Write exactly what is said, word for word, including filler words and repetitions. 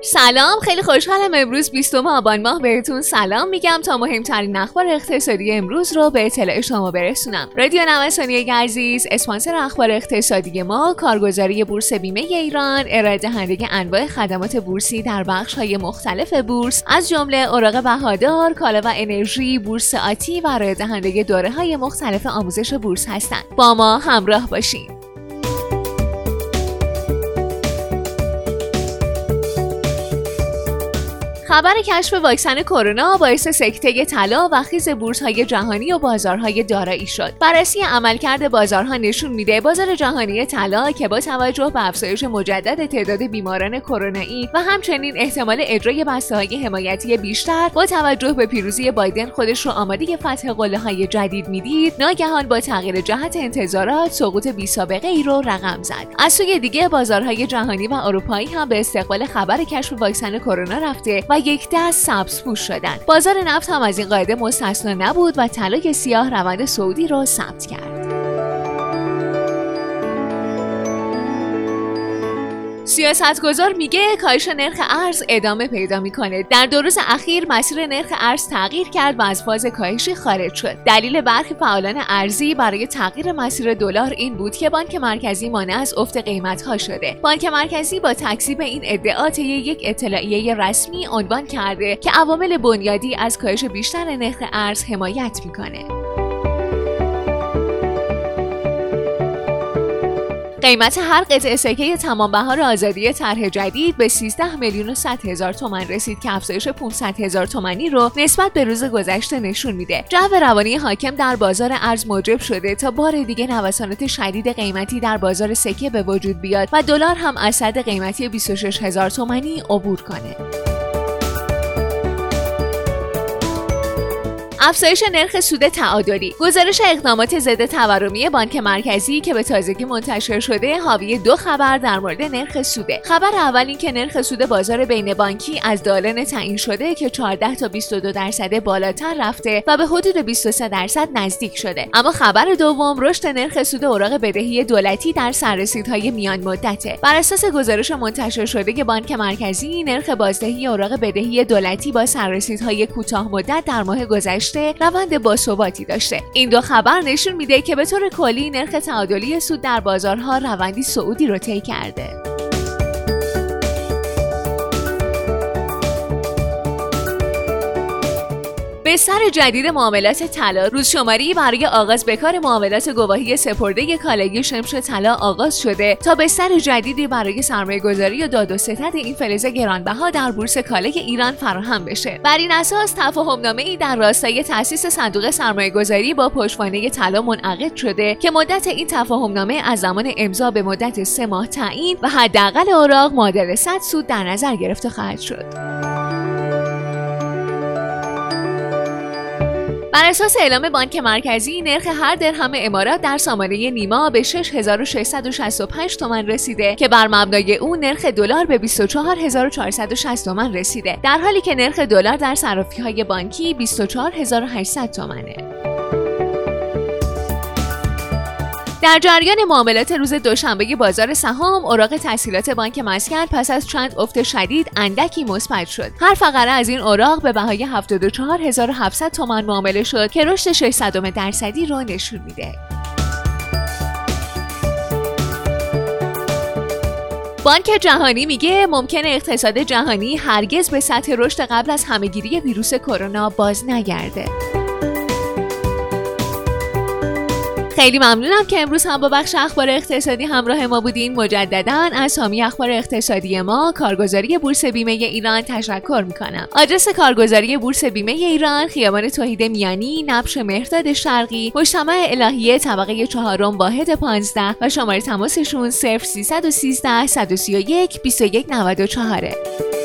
سلام، خیلی خوشحالم امروز بیستم آبان ماه بهتون سلام میگم تا مهمترین اخبار اقتصادی امروز رو به اطلاع شما برسونم. رادیو نوسانیای عزیز، اسپانسر اخبار اقتصادی ما، کارگزاری بورس بیمه ایران، ارائه دهنده انواع خدمات بورسی در بخش‌های مختلف بورس از جمله اوراق بهادار، کالا و انرژی، بورس آتی و ارائه دهنده دوره‌های مختلف آموزش بورس هستند. با ما همراه باشید. خبر کشف واکسن کرونا باعث سکته طلا و خیز بورس‌های جهانی و بازارهای دارایی شد. بررسی عملکرد بازارها نشون میده بازار جهانی طلا که با توجه به افزایش مجدد تعداد بیماران کرونایی و همچنین احتمال اجرای بسته‌های حمایتی بیشتر با توجه به پیروزی بایدن خودش رو آماده فتح قله‌های جدید میدید، ناگهان با تغییر جهت انتظارات سقوط بی‌سابقه ای رو رقم زد. از سوی دیگه بازارهای جهانی و اروپایی هم به استقبال خبر کشف واکسن کرونا رفته و یک دست سبزپوش شدند. بازار نفت هم از این قاعده مستثنا نبود و طلای سیاه روند صعودی را ثبت کرد. سیاستگزار میگه کاهش نرخ ارز ادامه پیدا میکنه. در دو روز اخیر مسیر نرخ ارز تغییر کرد و از فاز کاهشی خارج شد. دلیل برخی فعالان ارزی برای تغییر مسیر دلار این بود که بانک مرکزی مانع از افت قیمت‌ها شده. بانک مرکزی با تکذیب این ادعا طی یک اطلاعیه رسمی عنوان کرده که عوامل بنیادی از کاهش بیشتر نرخ ارز حمایت میکنه. قیمت هر قطعه سکه تمام بهار آزادی طرح جدید به سیزده میلیون و صد هزار تومان رسید که افزایش پانصد هزار تومانی رو نسبت به روز گذشته نشون میده. جو روانی حاکم در بازار ارز موجب شده تا بار دیگه نوسانات شدید قیمتی در بازار سکه به وجود بیاد و دلار هم از حد قیمتی بیست و شش هزار تومانی عبور کنه. افزایش نرخ سود تعادلی. گزارش اقدامات ضد تورمی بانک مرکزی که به تازگی منتشر شده حاوی دو خبر در مورد نرخ سوده. خبر اول این که نرخ سود بازار بین بانکی از دالن تعیین شده که چهارده تا بیست و دو درصد بالاتر رفته و به حدود بیست و سه درصد نزدیک شده. اما خبر دوم رشد نرخ سود اوراق بدهی دولتی در سررسیدهای میان مدته. بر اساس گزارش منتشر شده بانک مرکزی، نرخ بازدهی اوراق بدهی دولتی با سررسیدهای کوتاه مدت در ماه گذشته روند باثباتی داشته. این دو خبر نشون میده که به طور کلی نرخ تعادلی سود در بازارها روندی صعودی رو طی کرده. بستر جدید معاملات طلا. روزشماری برای آغاز به کار معاملات گواهی سپرده کالایی شمش طلا آغاز شده تا بستر جدیدی برای سرمایه‌گذاری و داد و ستد این فلز گرانبها در بورس کالای ایران فراهم بشه. بر این اساس تفاهم‌نامه‌ای در راستای تأسیس صندوق سرمایه‌گذاری با پشتوانه طلا منعقد شده که مدت این تفاهم‌نامه از زمان امضا به مدت سه ماه تعیین و حداقل اوراق معادل صد سود در نظر گرفته خواهد شد. بر اساس اعلام بانک مرکزی، نرخ هر درهم امارات در سامانه نیما به شش هزار و ششصد و شصت و پنج تومان رسیده که بر مبنای اون نرخ دلار به بیست و چهار هزار و چهارصد و شصت تومان رسیده، در حالی که نرخ دلار در صرافی‌های بانکی بیست و چهار هزار و هشتصد تومانه. در جریان معاملات روز دوشنبه بازار سهام، اوراق تسهیلات بانک مسکن پس از چند افت شدید اندکی مثبت شد. هر فقره از این اوراق به بهای هفتاد و چهار هزار و هفتصد تومان معامله شد که رشد ششصد درصدی رو نشون میده. بانک جهانی میگه ممکنه اقتصاد جهانی هرگز به سطح رشد قبل از همهگیری ویروس کرونا باز نگرده. خیلی ممنونم که امروز هم با بخش اخبار اقتصادی همراه ما بودین. مجدداً از حامی اخبار اقتصادی ما، کارگزاری بورس بیمه ایران تشکر میکنم. آدرس کارگزاری بورس بیمه ایران: خیابان توحید میانی، نبش مهرداد شرقی، مجتمع الهیه، طبقه چهارم، واحد پانزده و شماره تماسشون صفر سیصد و سیزده صد و سی و یک بیست و یک نود و چهار.